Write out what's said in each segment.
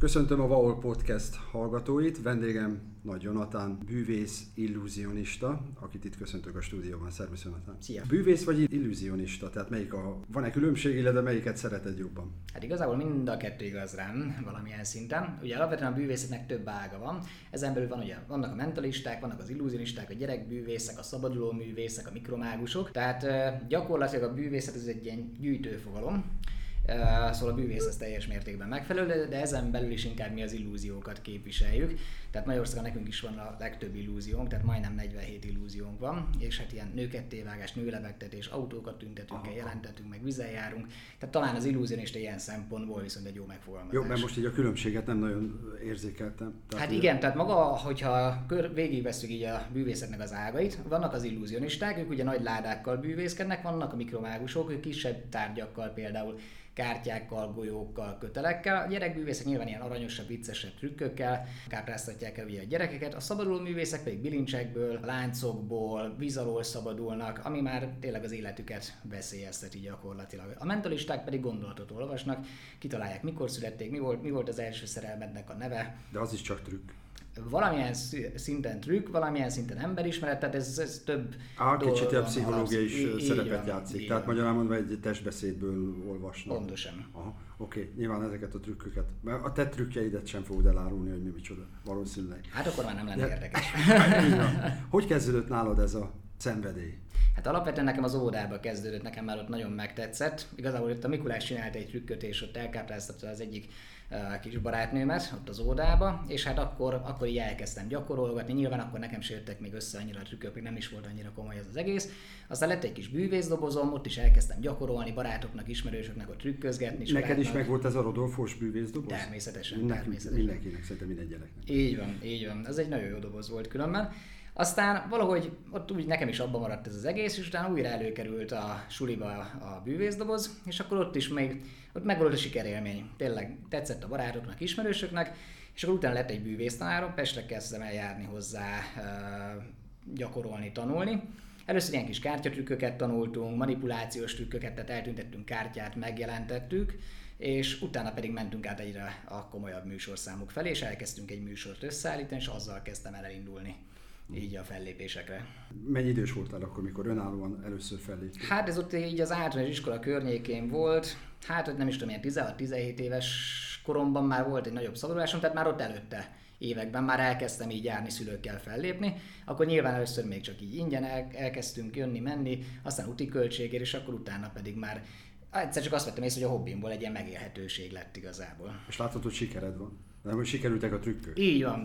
Köszöntöm a Vaol Podcast hallgatóit, vendégem Nagy Jonatán, bűvész, illúzionista, akit itt köszöntök a stúdióban. Szervusz, Jonatán. Szia! Bűvész vagy illúzionista? Tehát van-e különbség, illetve melyiket szereted jobban? Hát igazából mind a kettő igaz rám valamilyen szinten. Ugye alapvetően a bűvészetnek több ága van. Ezen belül vannak a mentalisták, vannak az illúzionisták, a gyerekbűvészek, a szabaduló művészek, a mikromágusok. Tehát gyakorlatilag a bűvészet ez egy ilyen gyűjtőfogalom. Szóval a bűvész teljes mértékben megfelelő, de ezen belül is inkább mi az illúziókat képviseljük. Tehát Magyarországon nekünk is van a legtöbb illúziónk, tehát majdnem 47 illúziónk van, és hát ilyen nőkettévágás, nőlebegtetés, autókat tüntetünk el, jelentetünk, meg vízzel járunk. Tehát talán az illúzionista ilyen szempontból viszont egy jó megfogalmazás. Jó, mert most így a különbséget nem nagyon érzékeltem. Hát igen, tehát maga, hogyha végigvesszük így a bűvészetnek az ágait, vannak az illúzionisták, ők ugye nagy ládákkal bűvészkednek, vannak a mikromágusok, ők kisebb tárgyakkal, például kártyákkal, golyókkal, kötelekkel. A gyerekbűvészek nyilván ilyen aranyosabb, viccesebb trükkökkel kápráztatják el ugye a gyerekeket, a szabaduló művészek pedig bilincsekből, láncokból, víz alól szabadulnak, ami már tényleg az életüket veszélyezteti gyakorlatilag. A mentalisták pedig gondolatot olvasnak, kitalálják mikor születték, mi volt az első szerelmednek a neve. De az is csak trükk. Valamilyen szinten trükk, valamilyen szinten emberismeret, tehát ez több kicsit a pszichológia is szerepet játszik. Tehát magyarán mondva egy testbeszédből olvasnak. Pontosan. Oké, nyilván ezeket a trükköket. Mert a te trükkjeidet sem fogod elárulni, hogy mi micsoda, valószínűleg. Hát akkor már nem lenne érdekes. Hogy kezdődött nálad ez a szenvedély? Hát alapvetően nekem az óvodába kezdődött, nekem már ott nagyon megtetszett. Igazából ott a Mikulás csinált egy trükköt, és ott elkápráztatta az egyik kis barátnőmet ott az óvodába, és hát akkor így elkezdtem gyakorolgatni. Nyilván akkor nekem se jöttek még össze annyira a trükkök, még nem is volt annyira komoly ez az egész. Aztán lett egy kis bűvészdobozom, ott is elkezdtem gyakorolni, barátoknak, ismerősöknek ott trükközgetni. Neked is megvolt ez a Rodolfos bűvészdoboz? Természetesen. Mindenkinek, szerintem minden gyereknek. Így van. Ez egy nagyon jó doboz volt különben. Aztán valahogy ott úgy nekem is abban maradt ez az egész, és utána újra előkerült a suliba a bűvészdoboz, és akkor ott meg volt a sikerélmény. Tényleg tetszett a barátoknak, ismerősöknek, és akkor utána lett egy bűvésztanárom, Pestre kezdtem el járni hozzá, gyakorolni, tanulni. Először ilyen kis kártyatrükköket tanultunk, manipulációs trükköket, tehát eltüntettünk kártyát, megjelentettük, és utána pedig mentünk át egyre a komolyabb műsorszámok felé, és elkezdtünk egy műsort összeállítani, és azzal kezdtem el elindulni így a fellépésekre. Mennyi idős voltál akkor, mikor önállóan először felléptél? Hát ez ott így az általános iskola környékén volt, hát hogy nem is tudom, ilyen 16-17 éves koromban már volt egy nagyobb szabadulásom, tehát már ott előtte években már elkezdtem így járni szülőkkel fellépni, akkor nyilván először még csak így ingyen elkezdtünk jönni-menni, aztán úti költségért, és akkor utána pedig már egyszer csak azt vettem észre, hogy a hobbimból egy ilyen megélhetőség lett igazából. És látod, hogy sikered van. Nem, hogy sikerültek a trükkök. Így van.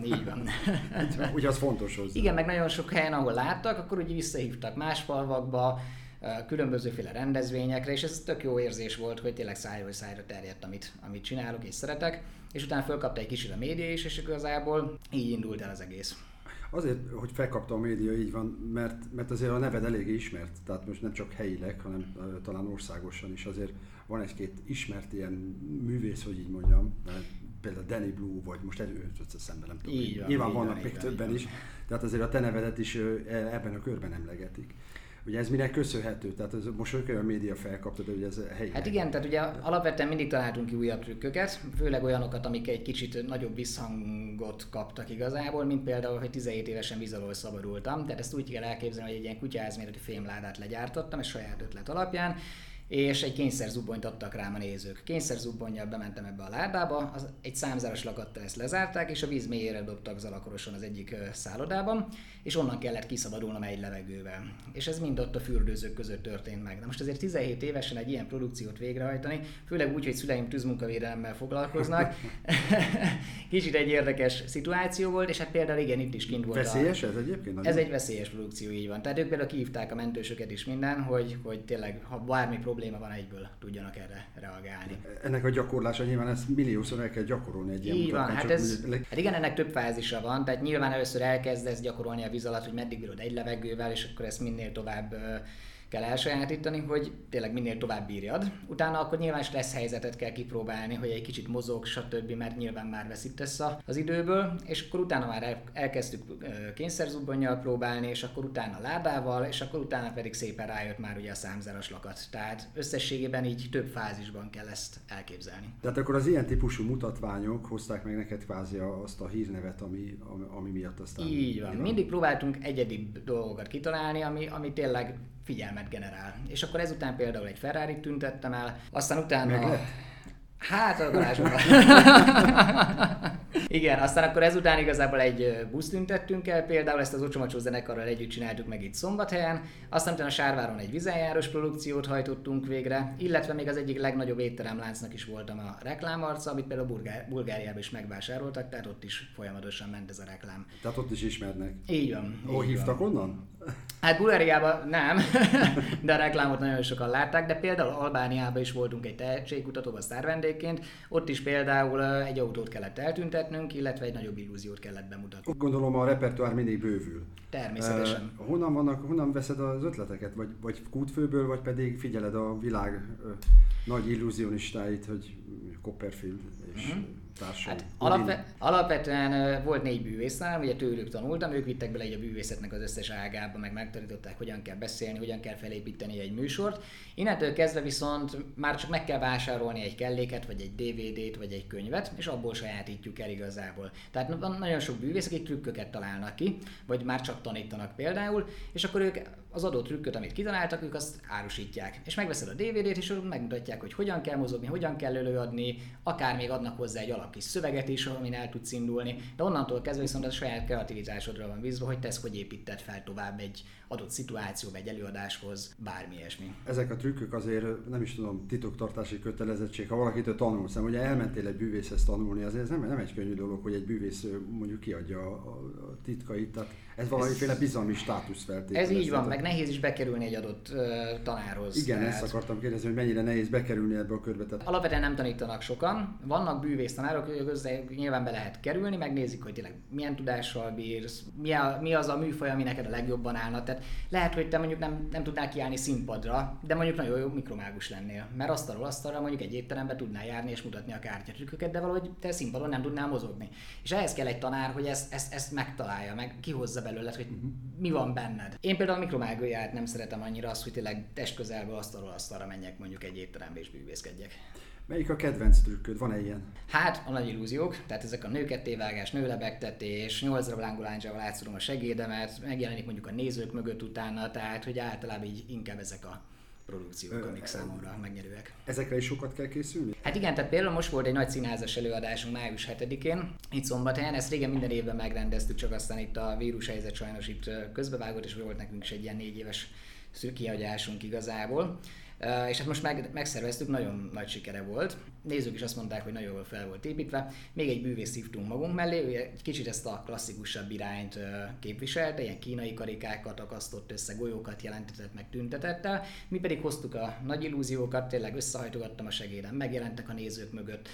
Ugye az fontos hozzá. Igen, meg nagyon sok helyen, ahol láttak, akkor úgy visszahívtak más falvakba, különbözőféle rendezvényekre, és ez tök jó érzés volt, hogy tényleg szájról szájra terjedt, amit csinálok és szeretek, és utána fölkapta egy kicsit a média is, és igazából így indult el az egész. Azért, hogy felkapta a média, így van, mert azért a neved eléggé ismert, tehát most nem csak helyileg, hanem talán országosan is azért van egy-két ismert ilyen művész, hogy így mondjam, például Danny Blue, vagy most szemben nem tudom. Nyilván vannak még többen is, tehát azért a te nevedet is ebben a körben emlegetik. Ugye ez minek köszönhető? Tehát ez most olyan média felkapta, de ugye ez helyi. Hát igen, tehát ugye alapvetően mindig találtunk ki újabb trükköket, főleg olyanokat, amik egy kicsit nagyobb visszhangot kaptak igazából, mint például, hogy 17 évesen víz alól szabadultam. Tehát ezt úgy kell elképzelni, hogy egy ilyen kutyaházméretű fémládát legyártottam, ez saját ötlet alapján, és egy kényszerzubbonyt adtak rám a nézők. Kényszerzubbonnyal bementem ebbe a ládába, egy számzáros lakattal ezt lezárták, és a víz mélyére dobtak Zalakoroson az egyik szállodában, és onnan kellett kiszabadulnom egy levegővel. És ez mind ott a fürdőzők között történt meg. De most azért 17 évesen egy ilyen produkciót végrehajtani, főleg úgy, hogy szüleim tűzmunkavédelemmel foglalkoznak, kicsit egy érdekes szituáció volt, és hát például igen, itt is kint volt. Veszélyes ez egyébként? Nagyon? Ez egy veszélyes produkció, így van. Tehát ők például kihívták a mentősöket is minden, hogy tényleg, ha bármi probléma van, egyből tudjanak erre reagálni. Ennek a gyakorlása nyilván ezt milliószor el kell gyakorolni egy ilyen így van, hát igen, ennek több fázisa van, tehát nyilván először elkezdesz gyakorolni a víz alatt, hogy meddig bírod egy levegővel, és akkor ezt minél tovább kell elsajátítani, hogy tényleg minél tovább bírjad. Utána akkor nyilván stressz helyzetet kell kipróbálni, hogy egy kicsit mozog, stb., mert nyilván már veszítesz az időből, és akkor utána már elkezdtük kényszerzubbannyal próbálni, és akkor utána ládával, és akkor utána pedig szépen rájött már ugye a számzáras lakat. Tehát összességében így több fázisban kell ezt elképzelni. Tehát akkor az ilyen típusú mutatványok hozták meg neked kvázi azt a hírnevet, ami miatt aztán... Így van. Mindig próbáltunk egyedibb dolgokat kitalálni, ami tényleg figyelmet generál. És akkor ezután például egy Ferrari tüntettem el, aztán utána... Meg lett? Hát a garázsomban. Igen, aztán akkor ezután igazából egy buszt tüntettünk el, például ezt az Ocsomagcsó zenekarral együtt csináltuk meg itt Szombathelyen, aztán utána Sárváron egy vizenjárós produkciót hajtottunk végre, illetve még az egyik legnagyobb étteremláncnak is voltam a reklámarca, amit például Bulgáriában is megvásároltak, tehát ott is folyamatosan ment ez a reklám. Tehát ott is ismernek. Így van. Hol hívtak onnan? Hát Bulgáriában nem, de a reklámot nagyon sokan látták, de például Albániában is voltunk egy tehetségkutatóban sztárvendégként, ott is például egy autót kellett eltüntetnünk, illetve egy nagyobb illúziót kellett bemutatni. Gondolom a repertoár mindig bővül. Természetesen. Honnan veszed az ötleteket? Vagy kútfőből, vagy pedig figyeled a világ nagy illúzionistáit, hogy Copperfield és társai? Hát alapvetően volt 4 bűvésztanár, ugye tőlük tanultam, ők vittek bele egy a bűvészetnek az összes ágába, meg megtanították, hogyan kell beszélni, hogyan kell felépíteni egy műsort. Innentől kezdve viszont már csak meg kell vásárolni egy kelléket, vagy egy DVD-t, vagy egy könyvet, és abból sajátítjuk el igazából. Tehát nagyon sok bűvész, akik trükköket találnak ki, vagy már csak tanítanak például, és akkor ők az adott trükköt, amit kitaláltak, ők azt árusítják. És megveszed a DVD-t, és megmutatják, hogy hogyan kell mozogni, hogyan kell előadni, akár még adnak hozzá egy alapkis szöveget is, amin el tudsz indulni, de onnantól kezdve viszont a saját kreativitásodra van bízva, hogy te ezt hogy építed fel tovább egy adott szituáció, vagy egy előadáshoz, bármi ilyesmi. Ezek a trükkök azért, nem is tudom, titoktartási kötelezettség, ha valakitől tanulsz, ugye elmentél egy bűvészhez tanulni, azért ez nem egy könnyű dolog, hogy egy bűvész mondjuk kiadja a titkait, tehát ez valamiféle bizalmi státusz feltételez. Ez így van, meg nehéz is bekerülni egy adott tanárhoz. Igen, ezt akartam kérdezni, hogy mennyire nehéz bekerülni ebbe a körbe. Tehát... Alapvetően nem tanítanak sokan, vannak bűvész tanárok, ők nyilván be lehet kerülni, megnézik, hogy tényleg milyen tudással bírsz, mi az a műfaj, ami neked a legjobban állna. Tehát lehet, hogy te mondjuk nem tudnál kiállni színpadra, de mondjuk nagyon jó mikromágus lennél, mert asztalra mondjuk egy étterembe tudnál járni és mutatni a kártyatrükköket, de valahogy te színpadon nem tudnál mozogni. És ehhez kell egy tanár, hogy ezt megtalálja, meg kihozza belőled, hogy mi van benned. Én például a mikromágiát nem szeretem annyira, azt, hogy tényleg testközelből asztalra menjek mondjuk egy étterembe és bűvészkedjek. Melyik a kedvenc trükköd? Van-e ilyen? Hát a nagy illúziók, tehát ezek a nőkettévágás, nőlebegtetés, 8 darab lángoláncsával átszorom a segédemet, megjelenik mondjuk a nézők mögött utána, tehát hogy általában így inkább ezek a produkciók, amik számomra megnyerőek. Ezekre is sokat kell készülni? Hát igen, tehát például most volt egy nagy színházas előadásunk május 7-én, itt Szombathelyen, ezt régen minden évben megrendeztük, csak aztán itt a vírushelyzet sajnos itt közbevágott, és volt nekünk is egy ilyen 4 éves kihagyásunk igazából. És hát most megszerveztük, nagyon nagy sikere volt. Nézők is azt mondták, hogy nagyon jól fel volt építve. Még egy bűvész hívtunk magunk mellé, ő egy kicsit ezt a klasszikusabb irányt képviselte, ilyen kínai karikákat akasztott össze, golyókat jelentetett, meg tüntetett el. Mi pedig hoztuk a nagy illúziókat, tényleg összehajtogattam a segédem, megjelentek a nézők mögött,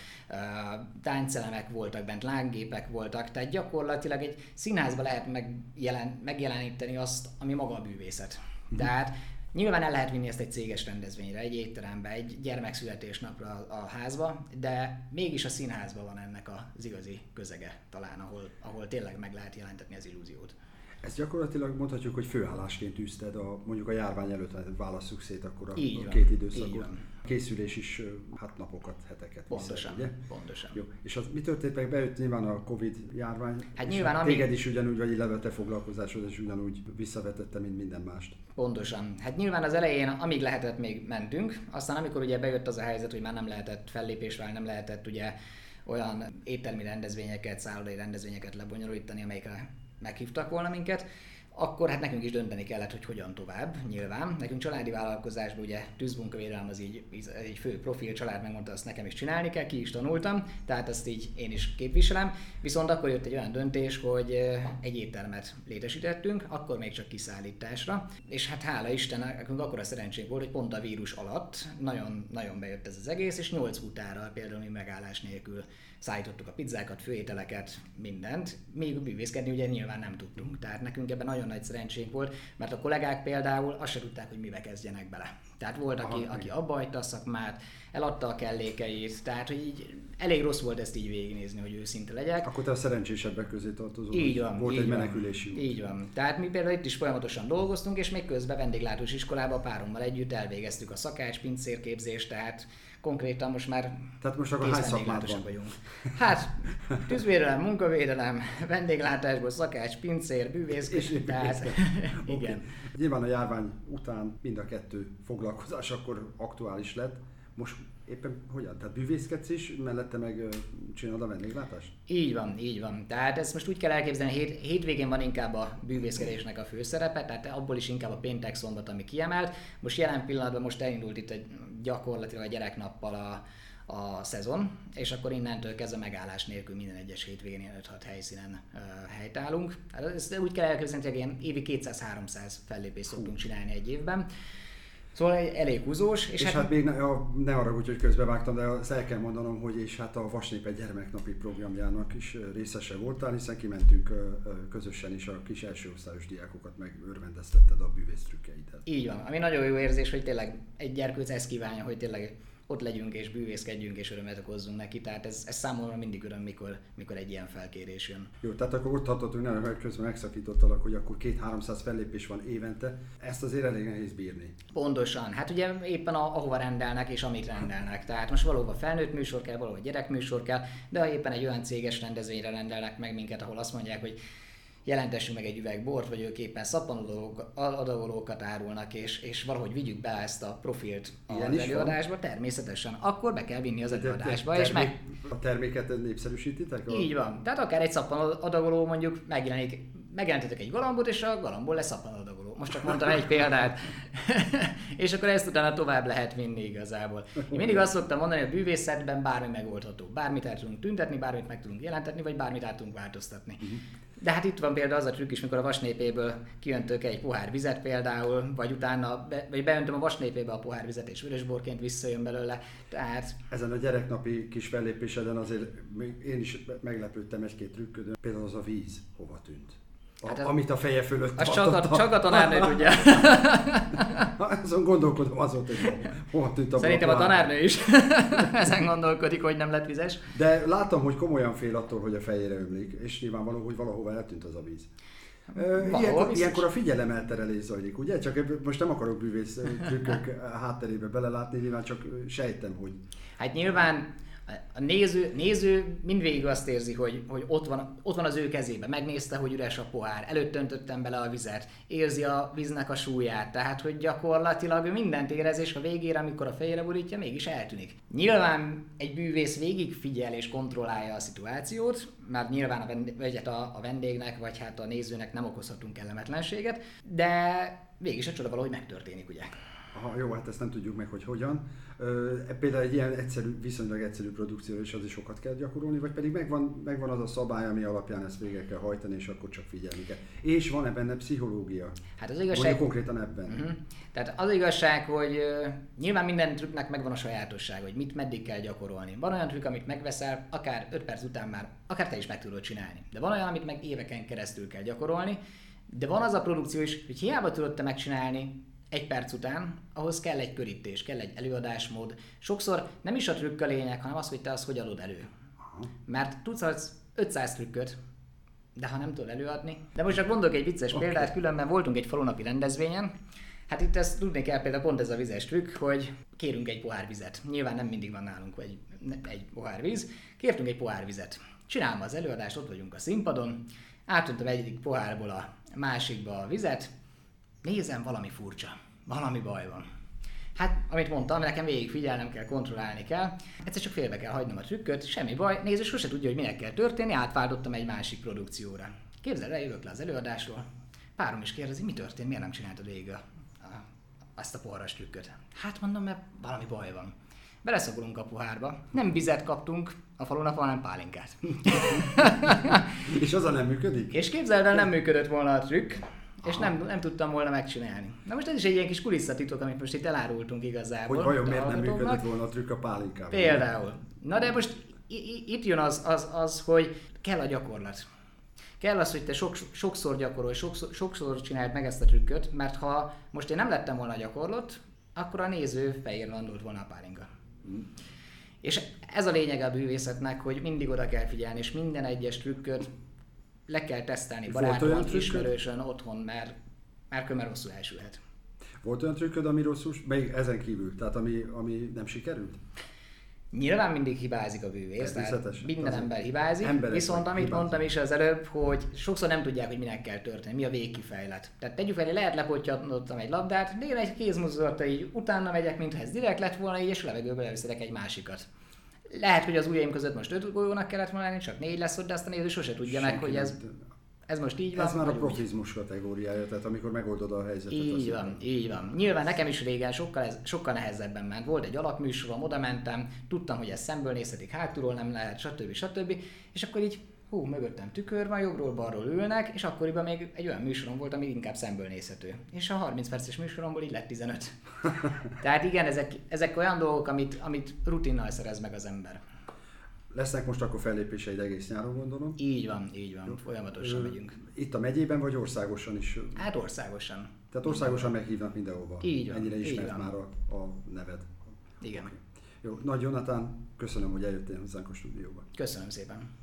táncelemek voltak bent, lánggépek voltak, tehát gyakorlatilag egy színházban lehet megjeleníteni azt, ami maga a bűvészet. Tehát nyilván el lehet vinni ezt egy céges rendezvényre, egy étterembe, egy gyermekszületésnapra a házba, de mégis a színházban van ennek az igazi közege talán, ahol tényleg meg lehet jelentetni az illúziót. Ezt gyakorlatilag mondhatjuk, hogy főállásként űzted mondjuk a járvány előtt, válasszuk szét akkor a így két időszakot. Így van. A készülés is hát napokat, heteket pontosan, ugye? Pontosan. Jó. És mi történt meg? Bejött nyilván a Covid járvány. Hát nyilván téged is ugyanúgy, vagy illetve te foglalkozásod is ugyanúgy visszavetette, mint minden mást. Pontosan. Hát nyilván az elején, amíg lehetett, még mentünk. Aztán amikor ugye bejött az a helyzet, hogy már nem lehetett fellépésvel, nem lehetett ugye olyan éttermi rendezvényeket, szállodai rendezvényeket lebonyolítani, amelyekre meghívtak volna minket, akkor hát nekünk is dönteni kellett, hogy hogyan tovább, nyilván. Nekünk családi vállalkozásban ugye tűzmunkavédelem az így egy fő profil, család megmondta, azt nekem is csinálni kell, ki is tanultam, tehát ezt így én is képviselem. Viszont akkor jött egy olyan döntés, hogy egy éttermet létesítettünk, akkor még csak kiszállításra, és hát hála Istennek, nekünk akkora szerencsénk volt, hogy pont a vírus alatt nagyon, nagyon bejött ez az egész, és 8 futárral például mi megállás nélkül szállítottuk a pizzákat, főételeket, mindent, még bűvészkedni ugye nyilván nem tudtunk. Tehát nekünk ebben nagyon nagy szerencsénk volt, mert a kollégák például azt se tudták, hogy mibe kezdjenek bele. Tehát volt, aki abba hagyta a szakmát, eladta a kellékeit, tehát hogy így elég rossz volt ezt így végignézni, hogy őszinte legyek. Akkor te a szerencsésebbek közé tartozol. Így van. Volt egy menekülési út. Így van. Tehát mi például itt is folyamatosan dolgoztunk, és még közben vendéglátós iskolában párommal együtt elvégeztük a szakács, pincérképzést, tehát konkrétan most már tehát most akkor hány szakmád van? Vagyunk. Hát tűzvédelem, munkavédelem, vendéglátásból szakács, pincér, bűvész, tehát igen. Okay. Nyilván a járvány után mind a kettő foglalkozás akkor aktuális lett. Most éppen hogyan? Tehát bűvészkedsz is, mellette meg csinálod a vendéglátást? Így van, így van. Tehát ezt most úgy kell elképzelni, hétvégén van inkább a bűvészkedésnek a főszerepe, tehát abból is inkább a péntek, szombat, ami kiemelt. Most jelen pillanatban most elindult itt gyakorlatilag a gyereknappal a szezon, és akkor innentől kezdve megállás nélkül minden egyes hétvégén 5-6 helyszínen helytállunk. Hát ezt úgy kell elképzelni, hogy ilyen évi 200-300 fellépést szoktunk csinálni egy évben. Szóval elég húzós. És hát még ne haragudj, hogy közbevágtam, de azt el kell mondanom, hogy és hát a Vasnép egy gyermeknapi programjának is részese voltál, hiszen kimentünk közösen is a kis elsőosztályos diákokat, meg örvendeztetted a bűvész trükkeidet. Így van, ami nagyon jó érzés, hogy tényleg egy gyerkőc ezt kívánja, hogy tényleg ott legyünk és bűvészkedjünk és örömet okozzunk neki, tehát ez számomra mindig öröm, mikor egy ilyen felkérés jön. Jó, tehát akkor ott tartottunk, nem, közben megszakítottalak, hogy akkor 200-300 fellépés van évente, ezt azért elég nehéz bírni. Pontosan, hát ugye éppen ahova rendelnek és amit rendelnek, tehát most valóban felnőtt műsor kell, valóban gyerekműsor kell, de ha éppen egy olyan céges rendezvényre rendelnek meg minket, ahol azt mondják, hogy jelentessünk meg egy üveg bort, vagy ők éppen szappanadagolókat árulnak, és valahogy vigyük be ezt a profilt az előadásba, természetesen. Akkor be kell vinni az előadásba. A terméket népszerűsítitek? Így van. Tehát akár egy szappanadagoló mondjuk megjelentetek egy galambot, és a galambból lesz szappanadagoló. Most csak mondtam egy példát. És akkor ezt utána tovább lehet vinni igazából. Én mindig azt szoktam mondani, hogy a bűvészetben bármi megoldható. Bármit el tudunk tüntetni, bármit meg tudunk jelentetni, vagy bármit át tudunk változtatni. De hát itt van például az a trükk is, mikor a vasnépéből kiöntök egy pohár vizet például, vagy utána beöntöm a vasnépébe a pohár vizet, és üresborként visszajön belőle. Tehát... Ezen a gyereknapi kis fellépéseden azért én is meglepődtem egy-két trükködön. Például az a víz hova tűnt. Amit a feje fölött tartotta. Csak a tanárnő tudja. Azon gondolkodom azóta, hogy hova tűnt a Szerintem a tanárnő is ezen gondolkodik, hogy nem lett vizes. De látom, hogy komolyan fél attól, hogy a fejére ömlik, és nyilvánvaló, hogy valahova eltűnt az a víz. Ilyenkor a figyelemelterelés zajlik, ugye? Csak most nem akarok bűvész trükkök hátterébe belelátni, nyilván csak sejtem, hogy... Hát nyilván a néző mindvégig azt érzi, hogy ott van az ő kezében. Megnézte, hogy üres a pohár, előtt öntöttem bele a vizet, érzi a víznek a súlyát, tehát hogy gyakorlatilag mindent érez, és a végére, amikor a fejére borítja, mégis eltűnik. Nyilván egy bűvész végig figyel és kontrollálja a szituációt, mert nyilván a vendégnek, vagy hát a nézőnek nem okozhatunk kellemetlenséget, de végig a csoda valahogy megtörténik, ugye? Aha, jó, hát ezt nem tudjuk meg, hogy hogyan. Például egy ilyen viszonylag egyszerű produkcióra is az is sokat kell gyakorolni, vagy pedig megvan az a szabály, ami alapján ezt végig kell hajtani, és akkor csak figyelni kell. És van-e benne pszichológia? Hát az igazság... Mondjuk konkrétan ebben. Tehát az igazság, hogy nyilván minden trükknek megvan a sajátosság, hogy mit meddig kell gyakorolni. Van olyan trükk, amit megveszel, akár 5 perc után már, akár te is meg tudod csinálni. De van olyan, amit meg éveken keresztül kell gyakorolni. De van az a produkció is, hogy hiába tudod te megcsinálni 1 perc után, ahhoz kell egy körítés, kell egy előadásmód. Sokszor nem is a trükk a lényeg, hanem az, hogy te azt hogy adod elő. Mert tudsz 500 trükköt, de ha nem tudod előadni. De most csak mondok egy vicces példát, különben voltunk egy falunapi rendezvényen. Hát itt ezt tudni kell például pont ez a vizes trükk, hogy kérünk egy pohár vizet. Nyilván nem mindig van nálunk egy pohár víz. Kértünk egy pohár vizet. Csinálom az előadást, ott vagyunk a színpadon. Átöntöm egyik pohárból a másikba a vizet. Nézem, valami furcsa. Valami baj van. Hát, amit mondtam, nekem végig figyelnem kell, kontrollálni kell. Egyszer csak félbe kell hagynom a trükköt, semmi baj. Néző sose tudja, hogy minek kell történni, átváltottam egy másik produkcióra. Képzeld el, jövök le az előadásról. Párom is kérdezi, mi történt, miért nem csináltad végig azt a porras trükköt. Hát mondom, mert valami baj van. Beleszagolunk a pohárba. Nem vizet kaptunk a falunap, hanem pálinkát. És az nem működik? És képzeld el, nem működött volna a trükk. És nem tudtam volna megcsinálni. Na most ez is egy ilyen kis kulisszatitok, amit most itt elárultunk igazából. Hogy vajon miért nem működött volna a trükk a pálinkával? Például. Na de most itt jön az, hogy kell a gyakorlat. Kell az, hogy te sokszor gyakorolj, sokszor csináld meg ezt a trükköt, mert ha most én nem lettem volna gyakorlott, akkor a néző fején landolt volna a pálinka. És ez a lényege a bűvészetnek, hogy mindig oda kell figyelni, és minden egyes trükköt le kell tesztelni baráton, ismerősön, otthon, mert különben rosszul elsülhet. Volt olyan trükköd, ami rosszul, még ezen kívül, tehát ami nem sikerült? Nyilván mindig hibázik a bűvész, tehát minden ember hibázik, viszont amit mondtam is az előbb, hogy sokszor nem tudják, hogy minek kell történni, mi a végkifejlet. Tehát tegyük fel, hogy lehet lepottyanottam egy labdát, de én egy kézmozdulata így utána megyek, mintha ez direkt lett volna, így, és levegőből előszedek egy másikat. Lehet, hogy az ujjaim között most 5 golyónak kellett volna lenni, csak 4 lesz ott, de azt a néző sose tudja meg, hogy ez most így van. Ez már a profizmus kategóriája, tehát amikor megoldod a helyzetet. Így van. Nyilván nekem is régen sokkal nehezebben ment. Volt egy alapműsorom, oda mentem, tudtam, hogy ez szemből nézhetik, hátulról nem lehet, stb. És akkor így, mögöttem tükör van, jobbról-balról ülnek, és akkoriban még egy olyan műsorom volt, ami inkább szemből nézhető. És a 30 perces műsoromból így lett 15. Tehát igen, ezek olyan dolgok, amit rutinnal szerez meg az ember. Lesznek most akkor fellépéseid egész nyáron, gondolom? Így van, folyamatosan megyünk. Itt a megyében, vagy országosan is? Hát országosan. Tehát országosan meghívnak mindenhova. Így van. Ennyire ismert már a neved. Igen. Okay. Jó, Nagy Jonatán, köszönöm, hogy eljöttél hozzánk a stúdióba. Köszönöm szépen.